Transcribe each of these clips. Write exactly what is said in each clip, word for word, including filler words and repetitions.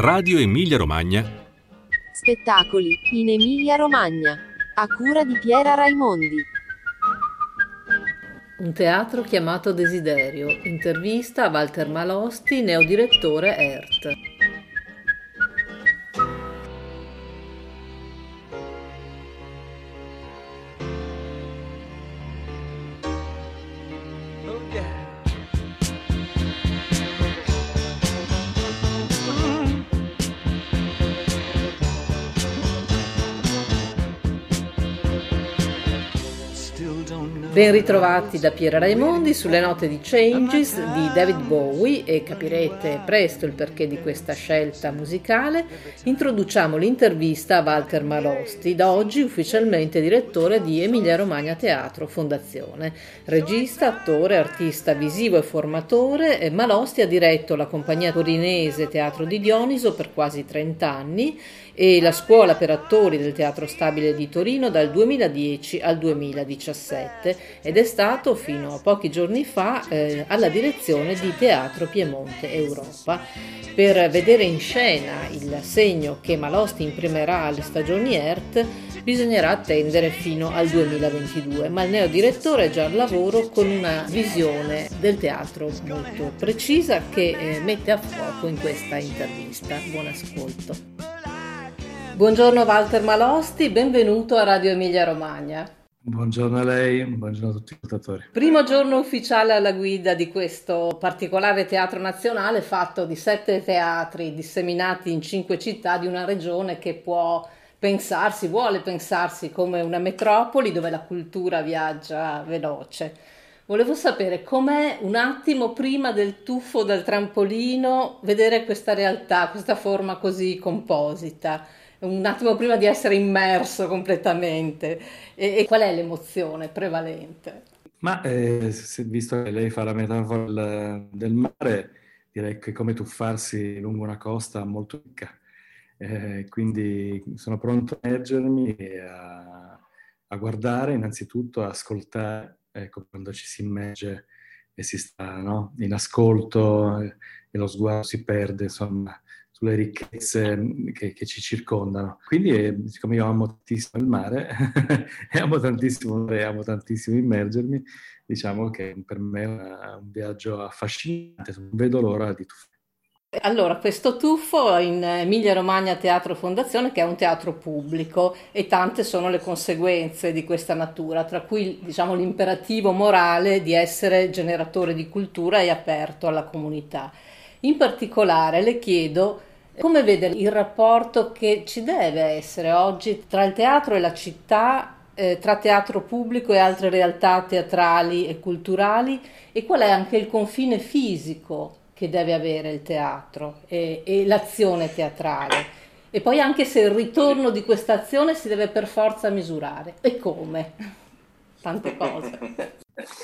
Radio Emilia Romagna. Spettacoli in Emilia Romagna, a cura di Piera Raimondi. Un teatro chiamato Desiderio. Intervista a Walter Malosti, neodirettore E R T. Ben ritrovati da Piera Raimondi sulle note di Changes di David Bowie, e capirete presto il perché di questa scelta musicale. Introduciamo l'intervista a Walter Malosti, da oggi ufficialmente direttore di Emilia Romagna Teatro Fondazione. Regista, attore, artista visivo e formatore, e Malosti ha diretto la compagnia torinese Teatro di Dioniso per quasi trenta anni e la scuola per attori del Teatro Stabile di Torino dal duemiladieci al duemiladiciassette, ed è stato fino a pochi giorni fa eh, alla direzione di Teatro Piemonte Europa. Per vedere in scena il segno che Malosti imprimerà alle stagioni E R T bisognerà attendere fino al duemilaventidue, ma il neodirettore è già al lavoro con una visione del teatro molto precisa che eh, mette a fuoco in questa intervista. Buon ascolto. Buongiorno Walter Malosti, benvenuto a Radio Emilia Romagna. Buongiorno a lei, buongiorno a tutti i ascoltatori. Primo giorno ufficiale alla guida di questo particolare teatro nazionale fatto di sette teatri disseminati in cinque città di una regione che può pensarsi, vuole pensarsi come una metropoli dove la cultura viaggia veloce. Volevo sapere com'è un attimo prima del tuffo dal trampolino vedere questa realtà, questa forma così composita. Un attimo prima di essere immerso completamente, e, e qual è l'emozione prevalente? Ma eh, se, visto che lei fa la metafora del, del mare, direi che è come tuffarsi lungo una costa molto ricca, eh, quindi sono pronto a immergermi e a, a guardare, innanzitutto a ascoltare, ecco, quando ci si immerge e si sta, no, in ascolto e, e lo sguardo si perde, insomma, sulle ricchezze che, che ci circondano. Quindi, eh, siccome io amo tantissimo il mare e amo tantissimo, e amo tantissimo immergermi, diciamo che per me è una, un viaggio affascinante, non vedo l'ora di tuffare. Allora, questo tuffo in Emilia Romagna Teatro Fondazione, che è un teatro pubblico, e tante sono le conseguenze di questa natura, tra cui, diciamo, l'imperativo morale di essere generatore di cultura e aperto alla comunità. In particolare le chiedo come vede il rapporto che ci deve essere oggi tra il teatro e la città, eh, tra teatro pubblico e altre realtà teatrali e culturali, e qual è anche il confine fisico che deve avere il teatro e, e l'azione teatrale, e poi anche se il ritorno di questa azione si deve per forza misurare, e come. Tante cose.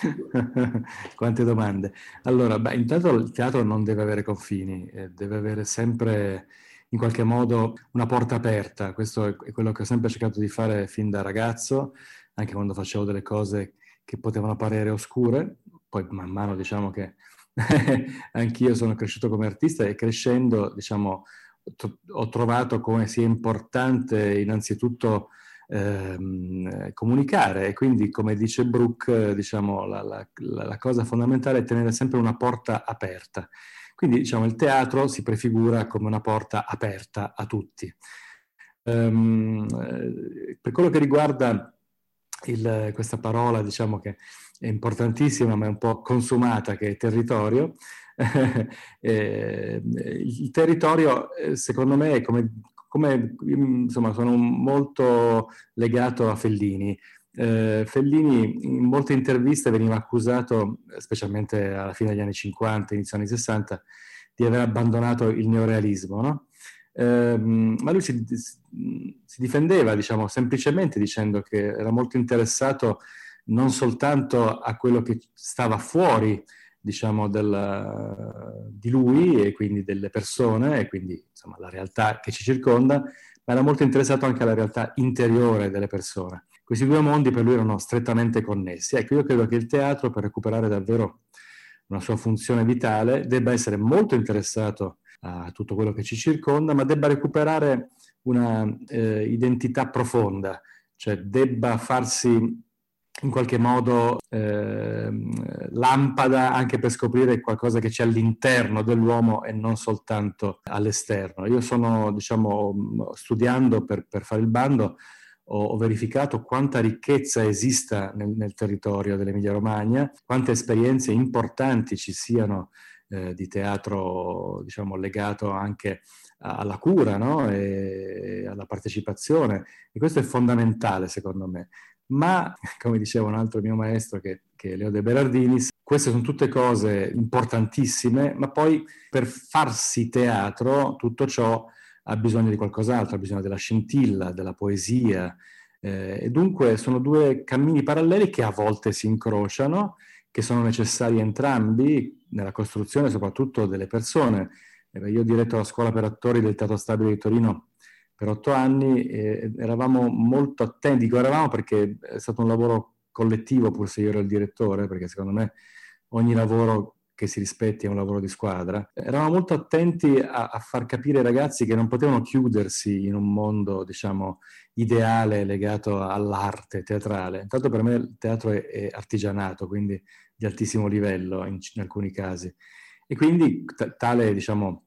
Quante domande. Allora, beh, intanto il teatro non deve avere confini, eh, deve avere sempre in qualche modo una porta aperta. Questo è, è quello che ho sempre cercato di fare fin da ragazzo, anche quando facevo delle cose che potevano apparire oscure. Poi man mano, diciamo che anch'io sono cresciuto come artista, e crescendo, diciamo, to- ho trovato come sia importante innanzitutto Ehm, comunicare, e quindi, come dice Brooke, diciamo, la, la, la cosa fondamentale è tenere sempre una porta aperta. Quindi, diciamo, il teatro si prefigura come una porta aperta a tutti. Um, per quello che riguarda il, questa parola, diciamo, che è importantissima ma è un po' consumata, che è territorio, eh, il territorio, secondo me, è come Come, insomma, sono molto legato a Fellini. Eh, Fellini in molte interviste veniva accusato, specialmente alla fine degli anni cinquanta, inizio anni sessanta, di aver abbandonato il neorealismo, no? Eh, ma lui si, si difendeva, diciamo, semplicemente dicendo che era molto interessato non soltanto a quello che stava fuori, diciamo, del, di lui, e quindi delle persone, e quindi, insomma, la realtà che ci circonda, ma era molto interessato anche alla realtà interiore delle persone. Questi due mondi per lui erano strettamente connessi. Ecco, io credo che il teatro, per recuperare davvero una sua funzione vitale, debba essere molto interessato a tutto quello che ci circonda, ma debba recuperare una eh, identità profonda, cioè debba farsi in qualche modo eh, lampada anche per scoprire qualcosa che c'è all'interno dell'uomo e non soltanto all'esterno. Io sono, diciamo, studiando per, per fare il bando, ho, ho verificato quanta ricchezza esista nel, nel territorio dell'Emilia-Romagna, quante esperienze importanti ci siano eh, di teatro, diciamo, legato anche alla cura, no? E alla partecipazione, e questo è fondamentale secondo me. Ma, come diceva un altro mio maestro, che, che è Leo De Berardinis, queste sono tutte cose importantissime, ma poi per farsi teatro tutto ciò ha bisogno di qualcos'altro, ha bisogno della scintilla, della poesia, eh, e dunque sono due cammini paralleli che a volte si incrociano, che sono necessari entrambi nella costruzione soprattutto delle persone. Eh, io ho diretto la scuola per attori del Teatro Stabile di Torino per otto anni, e eravamo molto attenti, dico eravamo perché è stato un lavoro collettivo, pur se io ero il direttore, perché secondo me ogni lavoro che si rispetti è un lavoro di squadra. Eravamo molto attenti a, a far capire ai ragazzi che non potevano chiudersi in un mondo, diciamo, ideale legato all'arte teatrale. Intanto per me il teatro è, è artigianato, quindi di altissimo livello in, in alcuni casi. E quindi t- tale, diciamo,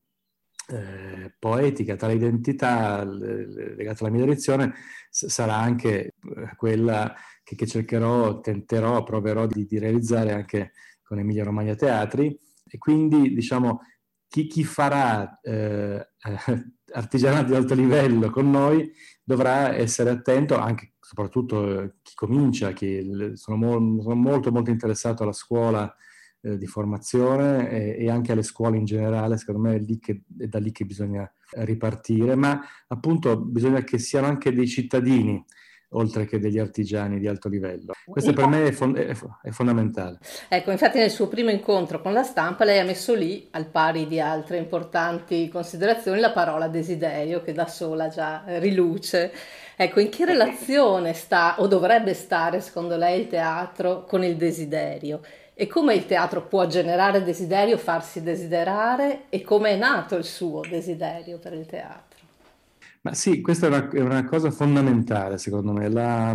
Eh, poetica, tale identità legata alla mia direzione s- sarà anche eh, quella che, che cercherò, tenterò, proverò di, di realizzare anche con Emilia Romagna Teatri. E quindi, diciamo, chi, chi farà eh, eh, artigianato di alto livello con noi dovrà essere attento, anche soprattutto eh, chi comincia, chi, sono, mo- sono molto molto interessato alla scuola di formazione e, e anche alle scuole in generale. Secondo me è, lì che, è da lì che bisogna ripartire, ma appunto bisogna che siano anche dei cittadini oltre che degli artigiani di alto livello. Questo per me è, fon- è, è fondamentale. Ecco, infatti nel suo primo incontro con la stampa lei ha messo lì, al pari di altre importanti considerazioni, la parola desiderio, che da sola già riluce. Ecco, in che relazione sta o dovrebbe stare secondo lei il teatro con il desiderio? E come il teatro può generare desiderio, farsi desiderare, e come è nato il suo desiderio per il teatro? Ma sì, questa è una, è una cosa fondamentale secondo me. La,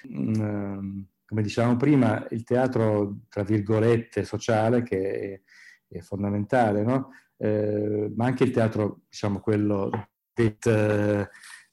mh, come dicevamo prima, il teatro, tra virgolette, sociale, che è, è fondamentale, no? Eh, ma anche il teatro, diciamo, quello det, eh,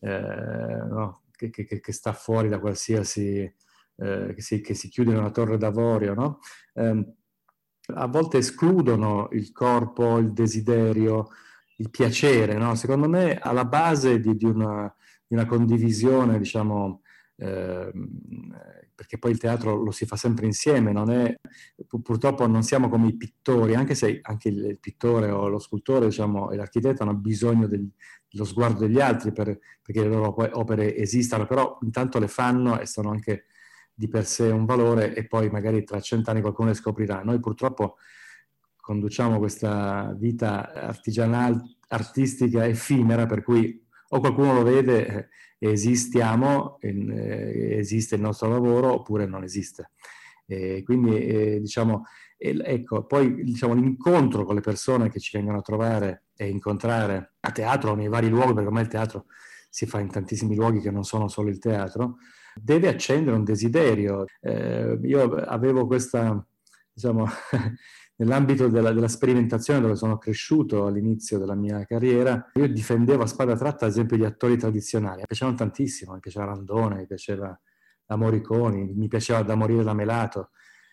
no? che, che, che sta fuori da qualsiasi... Eh, che, si, che si chiude in una torre d'avorio, no? Eh, a volte escludono il corpo, il desiderio, il piacere, no? Secondo me alla base di, di, una, di una condivisione, diciamo, eh, perché poi il teatro lo si fa sempre insieme, non è, purtroppo non siamo come i pittori, anche se anche il, il pittore o lo scultore, diciamo, e l'architetto hanno bisogno del, dello sguardo degli altri per, perché le loro opere esistano, però intanto le fanno e sono anche di per sé un valore, e poi magari tra cent'anni qualcuno le scoprirà. Noi purtroppo conduciamo questa vita artigianale, artistica, effimera, per cui o qualcuno lo vede e esistiamo, e esiste il nostro lavoro, oppure non esiste. E quindi eh, diciamo, ecco, poi diciamo, l'incontro con le persone che ci vengono a trovare e incontrare a teatro o nei vari luoghi, perché ormai il teatro si fa in tantissimi luoghi che non sono solo il teatro, deve accendere un desiderio. Eh, io avevo questa, diciamo, nell'ambito della, della sperimentazione dove sono cresciuto all'inizio della mia carriera, io difendevo a spada tratta, ad esempio, gli attori tradizionali. Mi piacevano tantissimo, mi piaceva Randone, mi piaceva la Morricone, mi piaceva Da morire da Melato,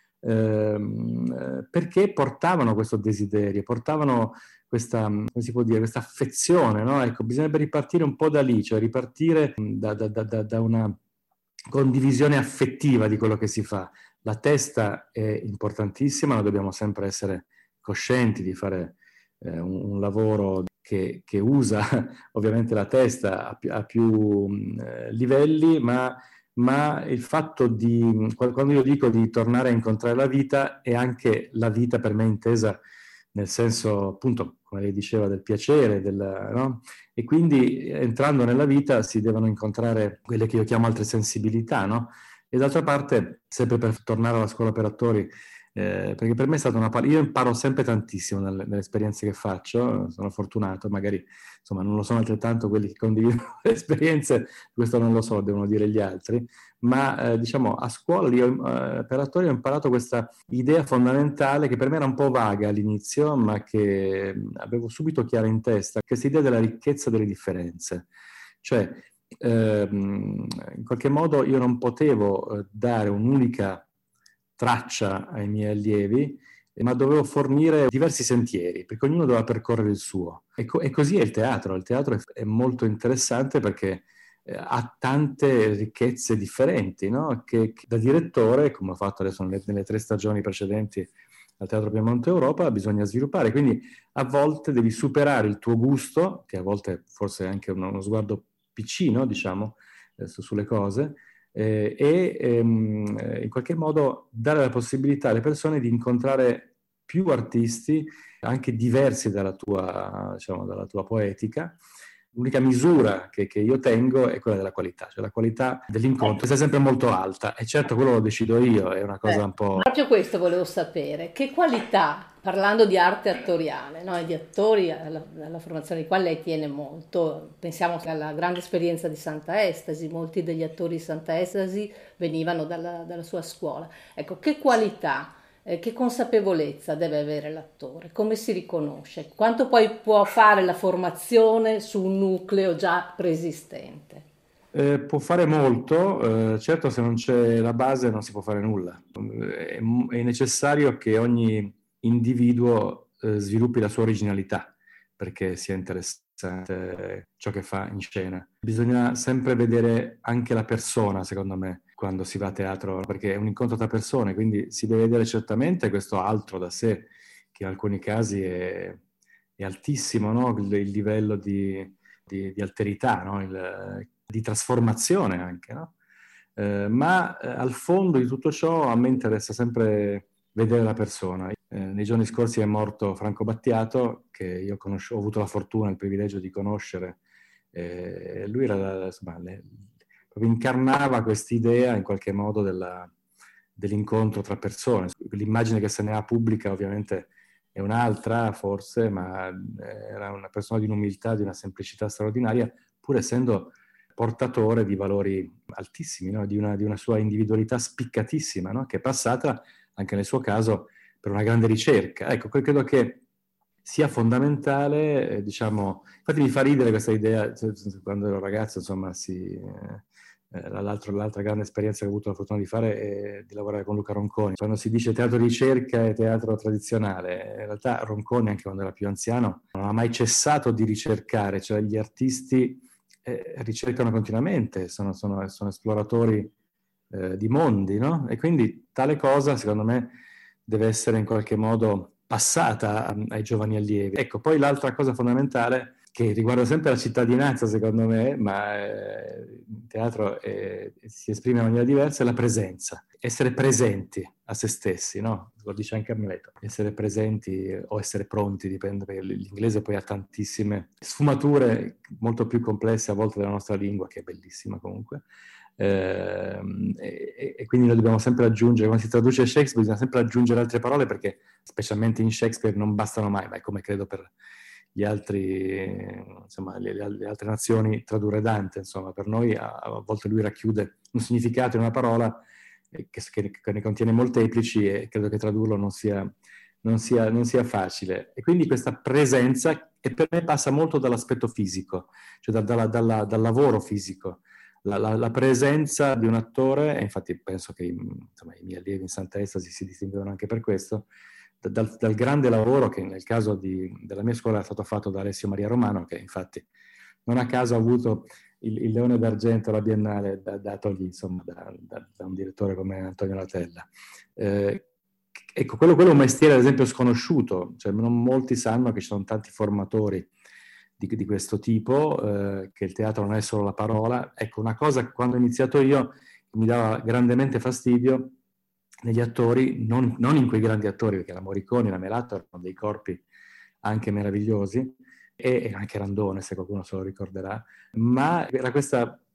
eh, perché portavano questo desiderio, portavano questa, come si può dire, questa affezione, no? Ecco, bisognerebbe ripartire un po' da lì, cioè ripartire da, da, da, da una condivisione affettiva di quello che si fa. La testa è importantissima, ma dobbiamo sempre essere coscienti di fare eh, un, un lavoro che, che usa ovviamente la testa a più, a più eh, livelli, ma, ma il fatto di, quando io dico di tornare a incontrare la vita, è anche la vita per me intesa nel senso, appunto, come lei diceva, del piacere, del, no? E quindi entrando nella vita si devono incontrare quelle che io chiamo altre sensibilità, no? E d'altra parte, sempre per tornare alla scuola per attori, Eh, perché per me è stata una palla. Io imparo sempre tantissimo dalle, dalle esperienze che faccio, sono fortunato, magari insomma non lo sono altrettanto quelli che condividono le esperienze, questo non lo so, devono dire gli altri, ma eh, diciamo a scuola io, eh, per attori ho imparato questa idea fondamentale che per me era un po' vaga all'inizio, ma che avevo subito chiara in testa, questa idea della ricchezza delle differenze. Cioè, ehm, in qualche modo io non potevo eh, dare un'unica traccia ai miei allievi, ma dovevo fornire diversi sentieri, perché ognuno doveva percorrere il suo. E, co- e così è il teatro. Il teatro è, è molto interessante perché eh, ha tante ricchezze differenti, no? Che, che da direttore, come ho fatto adesso nelle, nelle tre stagioni precedenti al Teatro Piemonte Europa, bisogna sviluppare. Quindi a volte devi superare il tuo gusto, che a volte forse è anche uno, uno sguardo piccino, diciamo, eh, su, sulle cose, eh, e ehm, in qualche modo dare la possibilità alle persone di incontrare più artisti, anche diversi dalla tua, diciamo, dalla tua poetica. L'unica misura che, che io tengo è quella della qualità, cioè la qualità dell'incontro è sempre molto alta e certo quello lo decido io, è una cosa Eh, un po'... proprio questo volevo sapere, che qualità, parlando di arte attoriale, no, e di attori, alla, alla formazione di quale lei tiene molto, pensiamo alla grande esperienza di Santa Estasi, molti degli attori di Santa Estasi venivano dalla, dalla sua scuola. Ecco, che qualità, eh, che consapevolezza deve avere l'attore, come si riconosce, quanto poi può fare la formazione su un nucleo già preesistente? Eh, può fare molto, eh, certo se non c'è la base non si può fare nulla. È, è necessario che ogni individuo eh, sviluppi la sua originalità perché sia interessante ciò che fa in scena. Bisogna sempre vedere anche la persona, secondo me, quando si va a teatro, perché è un incontro tra persone, quindi si deve vedere certamente questo altro da sé, che in alcuni casi è, è altissimo, no? il, il livello di, di, di alterità, no? il, di trasformazione anche, no? Eh, ma eh, al fondo di tutto ciò a me interessa sempre vedere la persona. Eh, nei giorni scorsi è morto Franco Battiato, che io conosco, ho avuto la fortuna, il privilegio di conoscere. Eh, lui era, insomma, le, proprio incarnava quest'idea in qualche modo della, dell'incontro tra persone. L'immagine che se ne ha pubblica ovviamente è un'altra forse, ma era una persona di un'umiltà, di una semplicità straordinaria, pur essendo portatore di valori altissimi, no? di, una, di una sua individualità spiccatissima, no? Che è passata, anche nel suo caso, per una grande ricerca. Ecco, credo che sia fondamentale, eh, diciamo, infatti mi fa ridere questa idea, cioè, quando ero ragazzo, insomma, si, eh, l'altra grande esperienza che ho avuto la fortuna di fare è di lavorare con Luca Ronconi. Quando si dice teatro di ricerca e teatro tradizionale, in realtà Ronconi, anche quando era più anziano, non ha mai cessato di ricercare, cioè gli artisti eh, ricercano continuamente, sono, sono, sono esploratori eh, di mondi, no? E quindi tale cosa, secondo me, deve essere in qualche modo passata ai giovani allievi. Ecco, poi l'altra cosa fondamentale, che riguarda sempre la cittadinanza, secondo me, ma eh, il teatro è, si esprime in maniera diversa, è la presenza. Essere presenti a se stessi, no? Lo dice anche Amleto. Essere presenti o essere pronti, dipende, perché l'inglese poi ha tantissime sfumature molto più complesse a volte della nostra lingua, che è bellissima comunque. Eh, e, e quindi noi dobbiamo sempre aggiungere, quando si traduce Shakespeare bisogna sempre aggiungere altre parole perché specialmente in Shakespeare non bastano mai, ma è come credo per gli altri, insomma, le, le altre nazioni tradurre Dante, insomma, per noi a, a volte lui racchiude un significato in una parola eh, che, che, che ne contiene molteplici e credo che tradurlo non sia, non sia, non sia facile. E quindi questa presenza, e per me passa molto dall'aspetto fisico, cioè da, dalla, dalla, dal lavoro fisico. La, la, la presenza di un attore, e infatti penso che insomma, i miei allievi in Santa Estasi si distinguono anche per questo, dal, dal grande lavoro che nel caso di, della mia scuola è stato fatto da Alessio Maria Romano, che infatti non a caso ha avuto il, il Leone d'Argento alla Biennale da, datogli insomma, da, da, da un direttore come Antonio Latella. Eh, ecco, quello, quello è un mestiere ad esempio sconosciuto, cioè non molti sanno che ci sono tanti formatori Di, di questo tipo, eh, che il teatro non è solo la parola. Ecco, una cosa quando ho iniziato io mi dava grandemente fastidio negli attori, non, non in quei grandi attori, perché la Morricone, la Melato erano dei corpi anche meravigliosi, e, e anche Randone, se qualcuno se lo ricorderà, ma era questa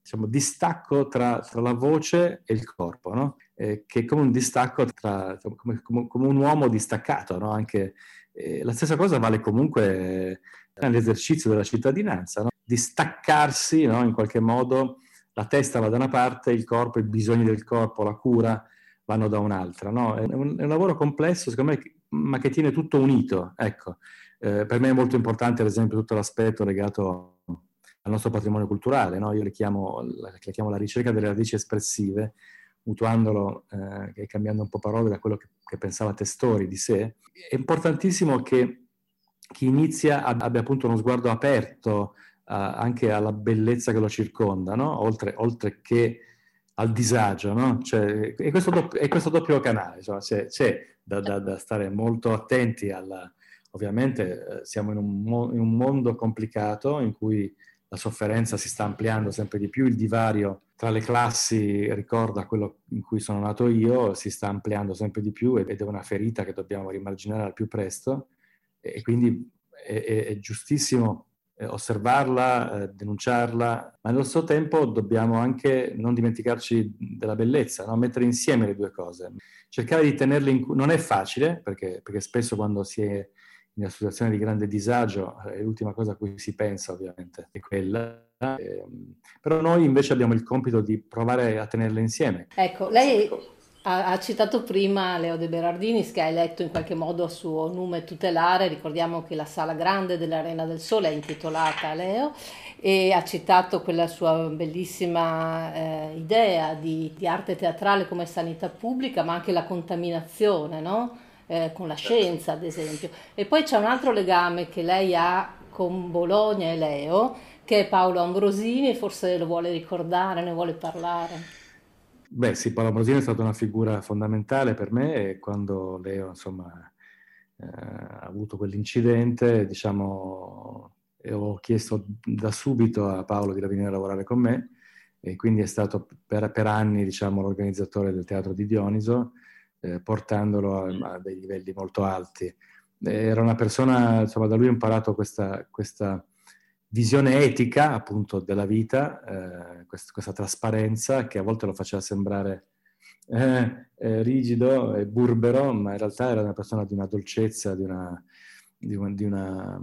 diciamo, distacco tra, tra la voce e il corpo, no? Eh, che è come un distacco tra, come, come, come un uomo distaccato, no? Anche, eh, la stessa cosa vale comunque nell'esercizio della cittadinanza, no? Distaccarsi, no? In qualche modo la testa va da una parte, il corpo, i bisogni del corpo, la cura vanno da un'altra, no? È un, è un lavoro complesso, secondo me, ma che tiene tutto unito, ecco. Eh, per me è molto importante, ad esempio, tutto l'aspetto legato al nostro patrimonio culturale, no? Io le chiamo, le chiamo la ricerca delle radici espressive, mutuandolo eh, e cambiando un po' parole da quello che, che pensava Testori di sé. È importantissimo che chi inizia abbia appunto uno sguardo aperto uh, anche alla bellezza che lo circonda, no? Oltre, oltre che al disagio, no? Cioè, è, questo doppio, è questo doppio canale, insomma, c'è, c'è da, da, da stare molto attenti alla... Ovviamente eh, siamo in un, mo- in un mondo complicato in cui la sofferenza si sta ampliando sempre di più, il divario tra le classi, ricorda quello in cui sono nato io, si sta ampliando sempre di più ed è una ferita che dobbiamo rimarginare al più presto, e quindi è, è, è giustissimo osservarla, eh, denunciarla, ma nello stesso tempo dobbiamo anche non dimenticarci della bellezza, no? Mettere insieme le due cose, cercare di tenerle in... non è facile, perché, perché spesso quando si è in una situazione di grande disagio è l'ultima cosa a cui si pensa, ovviamente, è quella. Eh, però noi invece abbiamo il compito di provare a tenerle insieme. Ecco, lei ha, ha citato prima Leo De Berardinis, che ha eletto in qualche modo a suo nome tutelare. Ricordiamo che la sala grande dell'Arena del Sole è intitolata a Leo, e ha citato quella sua bellissima eh, idea di, di arte teatrale come sanità pubblica, ma anche la contaminazione, no? Eh, con la scienza, ad esempio. E poi c'è un altro legame che lei ha con Bologna e Leo, che è Paolo Ambrosini, forse lo vuole ricordare, ne vuole parlare. Beh sì, Paolo Ambrosini è stata una figura fondamentale per me, e quando Leo, insomma, eh, ha avuto quell'incidente, diciamo, ho chiesto da subito a Paolo di venire a lavorare con me, e quindi è stato per, per anni, diciamo, l'organizzatore del Teatro di Dioniso, eh, portandolo a, a dei livelli molto alti. Eh, era una persona, insomma, da lui ho imparato questa... questa visione etica appunto della vita, eh, quest- questa trasparenza che a volte lo faceva sembrare eh, eh, rigido e burbero, ma in realtà era una persona di una dolcezza, di una, di una, di una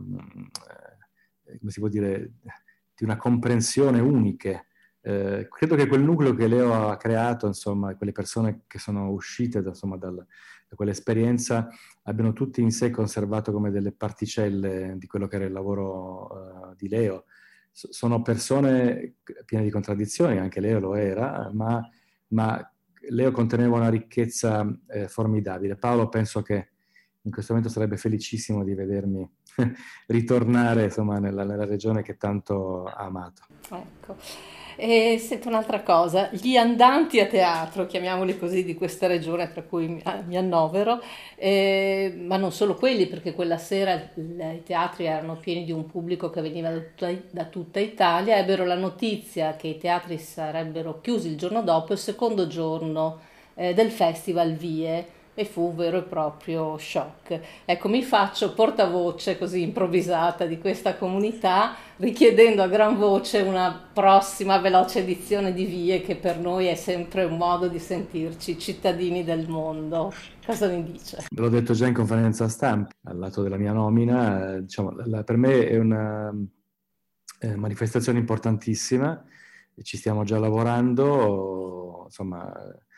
eh, come si può dire, di una comprensione uniche. Eh, credo che quel nucleo che Leo ha creato, insomma, quelle persone che sono uscite da, insomma, dal, da quell'esperienza, abbiano tutti in sé conservato come delle particelle di quello che era il lavoro uh, di Leo. S- sono persone piene di contraddizioni, anche Leo lo era, ma, ma Leo conteneva una ricchezza eh, formidabile. Paolo penso che in questo momento sarebbe felicissimo di vedermi ritornare, insomma, nella, nella regione che tanto ha amato. Ecco. E sento un'altra cosa, gli andanti a teatro, chiamiamoli così, di questa regione, tra cui mi, ah, mi annovero, eh, ma non solo quelli, perché quella sera i teatri erano pieni di un pubblico che veniva da tutta, da tutta Italia, ebbero la notizia che i teatri sarebbero chiusi il giorno dopo, il secondo giorno eh, del festival Vie, e fu un vero e proprio shock. Ecco, mi faccio portavoce così improvvisata di questa comunità, richiedendo a gran voce una prossima veloce edizione di Vie, che per noi è sempre un modo di sentirci cittadini del mondo. Cosa mi dice? L'ho detto già in conferenza stampa, al lato della mia nomina, eh, diciamo, la, per me è una eh, manifestazione importantissima, ci stiamo già lavorando, insomma,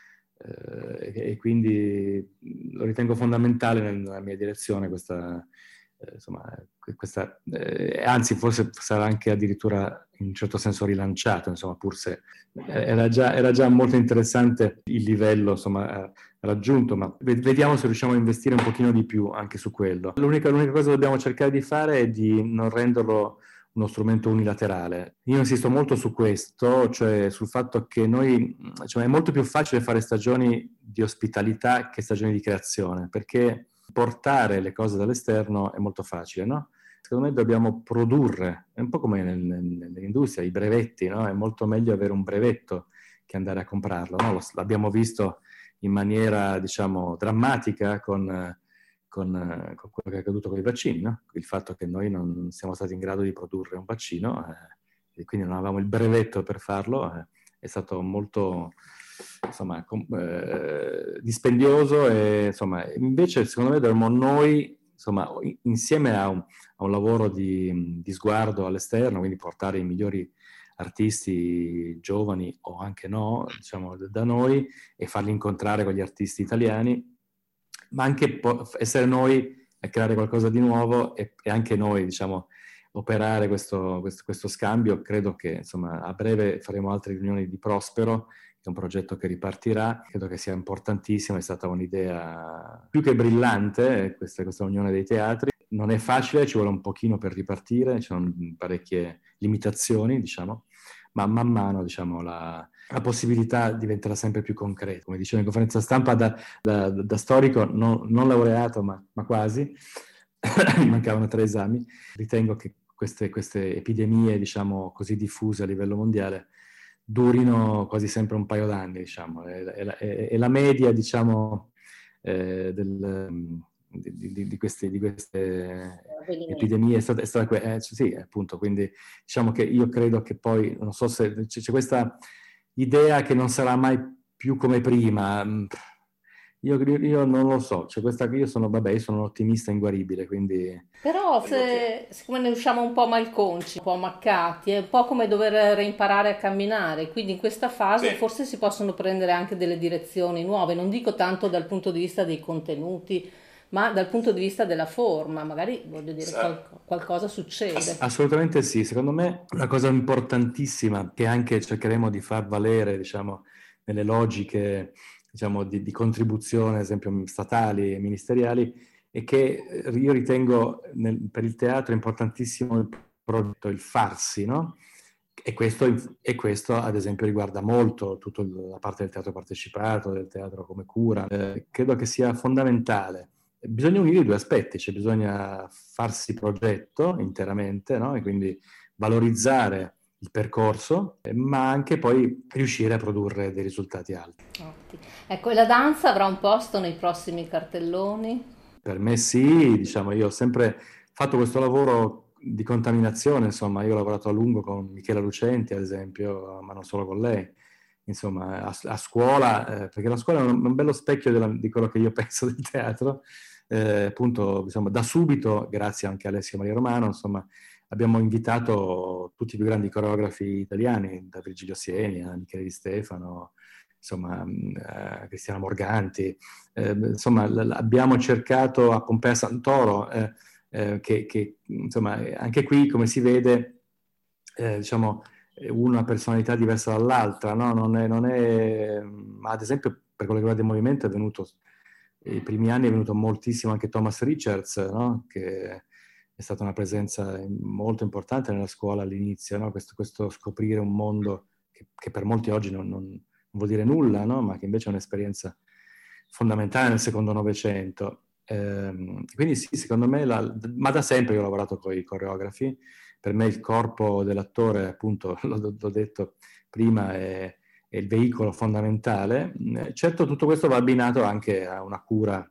eh, e quindi lo ritengo fondamentale nella mia direzione questa, eh, insomma, questa eh, anzi forse sarà anche addirittura in un certo senso rilanciato, insomma, pur se era già, era già molto interessante il livello, insomma, raggiunto, ma vediamo se riusciamo a investire un pochino di più anche su quello. L'unica, l'unica cosa che dobbiamo cercare di fare è di non renderlo uno strumento unilaterale. Io insisto molto su questo, cioè sul fatto che noi, cioè, è molto più facile fare stagioni di ospitalità che stagioni di creazione, perché portare le cose dall'esterno è molto facile, no? Secondo me dobbiamo produrre, è un po' come nel, nel, nell'industria, i brevetti, no? È molto meglio avere un brevetto che andare a comprarlo, no? Lo, l'abbiamo visto in maniera, diciamo, drammatica con... Con, con quello che è accaduto con i vaccini, no? Il fatto che noi non siamo stati in grado di produrre un vaccino eh, e quindi non avevamo il brevetto per farlo, eh, è stato molto insomma, com- eh, dispendioso e insomma, invece secondo me dovremmo noi, insomma, insieme a un, a un lavoro di, di sguardo all'esterno, quindi portare i migliori artisti giovani o anche no, diciamo, da noi e farli incontrare con gli artisti italiani, ma anche po- essere noi a creare qualcosa di nuovo e, e anche noi, diciamo, operare questo, questo, questo scambio. Credo che insomma, a breve faremo altre riunioni di Prospero, che è un progetto che ripartirà, credo che sia importantissimo, è stata un'idea più che brillante questa, questa unione dei teatri. Non è facile, ci vuole un pochino per ripartire, ci sono parecchie limitazioni, diciamo, ma man mano diciamo, la, la possibilità diventerà sempre più concreta. Come dicevo in conferenza stampa da, da, da storico, no, non laureato, ma, ma quasi, mi mancavano tre esami, ritengo che queste, queste epidemie, diciamo, così diffuse a livello mondiale durino quasi sempre un paio d'anni, diciamo. È, è, è, è la media, diciamo, eh, del, di, di, di, queste, di queste epidemie è stata, è stata eh, sì, appunto, quindi diciamo che io credo che poi, non so se c'è, c'è questa idea che non sarà mai più come prima. Io, io non lo so, c'è questa, io sono, vabbè, io sono un ottimista inguaribile, quindi... Però se, siccome ne usciamo un po' malconci, un po' ammaccati, è un po' come dover reimparare a camminare, quindi in questa fase forse si possono prendere anche delle direzioni nuove, non dico tanto dal punto di vista dei contenuti, ma dal punto di vista della forma, magari voglio dire qual- qualcosa succede. Assolutamente sì, secondo me una cosa importantissima che anche cercheremo di far valere, diciamo, nelle logiche, diciamo, di, di contribuzione, ad esempio, statali e ministeriali, è che io ritengo nel, per il teatro importantissimo il progetto, il farsi, no? E questo, e questo, ad esempio, riguarda molto tutta la parte del teatro partecipato, del teatro come cura. Eh, credo che sia fondamentale. Bisogna unire i due aspetti, cioè bisogna farsi progetto interamente, no? E quindi valorizzare il percorso, ma anche poi riuscire a produrre dei risultati alti. Ottimo. Ecco, e la danza avrà un posto nei prossimi cartelloni? Per me sì, diciamo, io ho sempre fatto questo lavoro di contaminazione, insomma, io ho lavorato a lungo con Michela Lucenti, ad esempio, ma non solo con lei, insomma, a, a scuola, eh, perché la scuola è un, un bello specchio della, di quello che io penso del teatro, eh, appunto, insomma, da subito, grazie anche a Alessio Maria Romano, insomma, abbiamo invitato tutti i più grandi coreografi italiani, da Virgilio Sieni a Michele Di Stefano, insomma, a Cristiana Morganti, eh, insomma, l- abbiamo cercato a Pompea Santoro, eh, eh, che, che, insomma, anche qui, come si vede, eh, diciamo, una personalità diversa dall'altra, no? Non è, non è, ma ad esempio, per quello che riguarda il movimento, è venuto, i primi anni è venuto moltissimo anche Thomas Richards, no? Che è stata una presenza molto importante nella scuola all'inizio, no? Questo, questo scoprire un mondo che, che per molti oggi non, non, non vuol dire nulla, no? Ma che invece è un'esperienza fondamentale nel secondo Novecento. Eh, quindi sì, secondo me, la, ma da sempre io ho lavorato con i coreografi, per me il corpo dell'attore, appunto, l'ho, l'ho detto prima, è, è il veicolo fondamentale. Certo, tutto questo va abbinato anche a una cura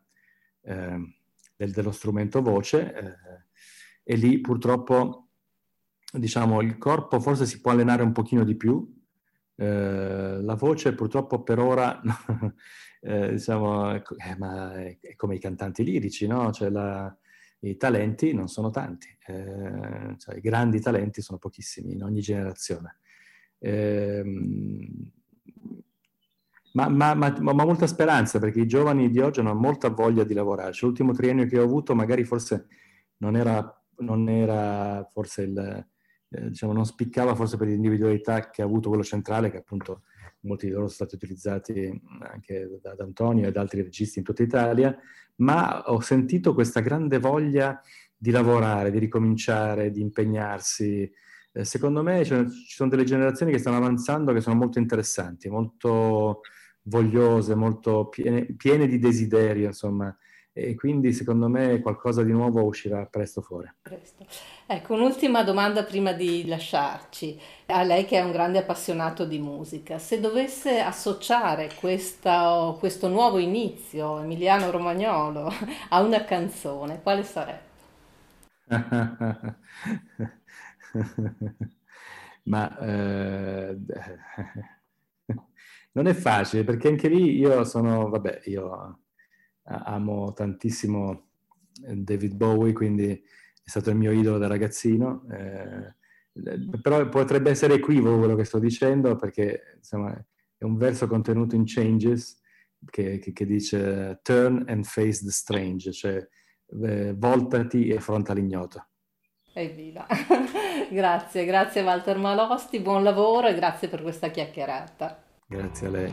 eh, del, dello strumento voce, eh, e lì purtroppo, diciamo, il corpo forse si può allenare un pochino di più, eh, la voce purtroppo per ora, eh, diciamo, eh, ma è, è come i cantanti lirici, no? Cioè la, i talenti non sono tanti, eh, cioè i grandi talenti sono pochissimi in ogni generazione. Eh, ma, ma, ma, ma molta speranza, perché i giovani di oggi hanno molta voglia di lavorare. Cioè, l'ultimo triennio che ho avuto magari forse non era, non era forse il, eh, diciamo, non spiccava forse per l'individualità che ha avuto quello centrale, che appunto molti di loro sono stati utilizzati anche da, da Antonio e da altri registi in tutta Italia, ma ho sentito questa grande voglia di lavorare, di ricominciare, di impegnarsi. Eh, secondo me cioè, ci sono delle generazioni che stanno avanzando che sono molto interessanti, molto vogliose, molto piene, piene di desiderio, insomma, e quindi secondo me qualcosa di nuovo uscirà presto fuori. Presto. Ecco, un'ultima domanda prima di lasciarci. A lei che è un grande appassionato di musica, se dovesse associare questa- questo nuovo inizio Emiliano Romagnolo a una canzone, quale sarebbe? ma eh, non è facile, perché anche lì io sono, vabbè, io amo tantissimo David Bowie, quindi è stato il mio idolo da ragazzino, eh, però potrebbe essere equivoco quello che sto dicendo, perché insomma è un verso contenuto in Changes che, che, che dice turn and face the strange, cioè eh, voltati e affronta l'ignoto. Evviva! Grazie, grazie Walter Malosti, buon lavoro e grazie per questa chiacchierata. Grazie a lei.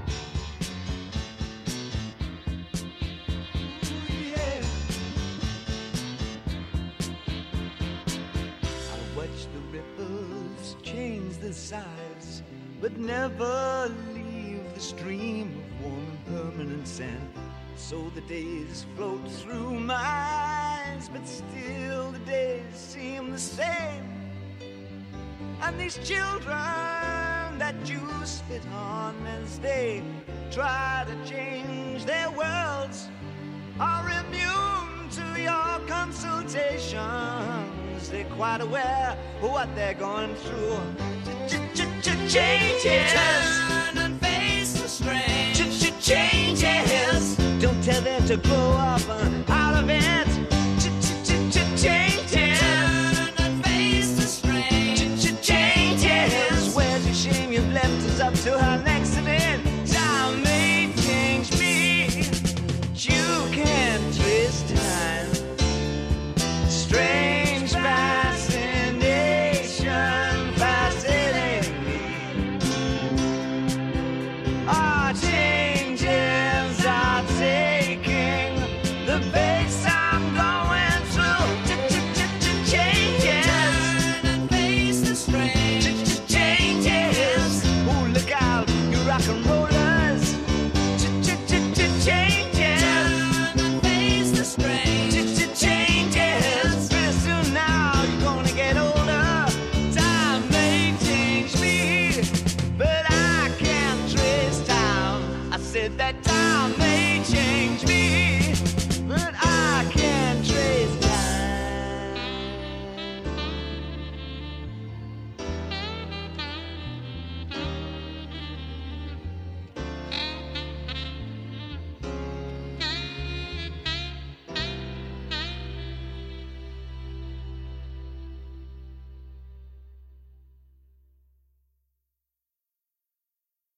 Size, but never leave the stream of warm permanent sand. So the days float through my eyes, but still the days seem the same. And these children that you spit on as they try to change their worlds are immune to your consultations. They're quite aware of what they're going through. Changes. Turn and face the strange. Changes. Don't tell them to grow up out of it. Changes. Turn and face the strange. Changes. Where's your shame? You've left us up to our next event. Time may change me. You can't twist time. Strange fascination, fascinating me. Our changes are taking the pace I'm going through. Changes. Turn and face the strange. Changes. Ooh, look out, you rock and rollers. Changes. Turn and face the strange. Changes. Pretty soon now you're gonna get older. Time may change me, but I can't trace time. I said that time may change me.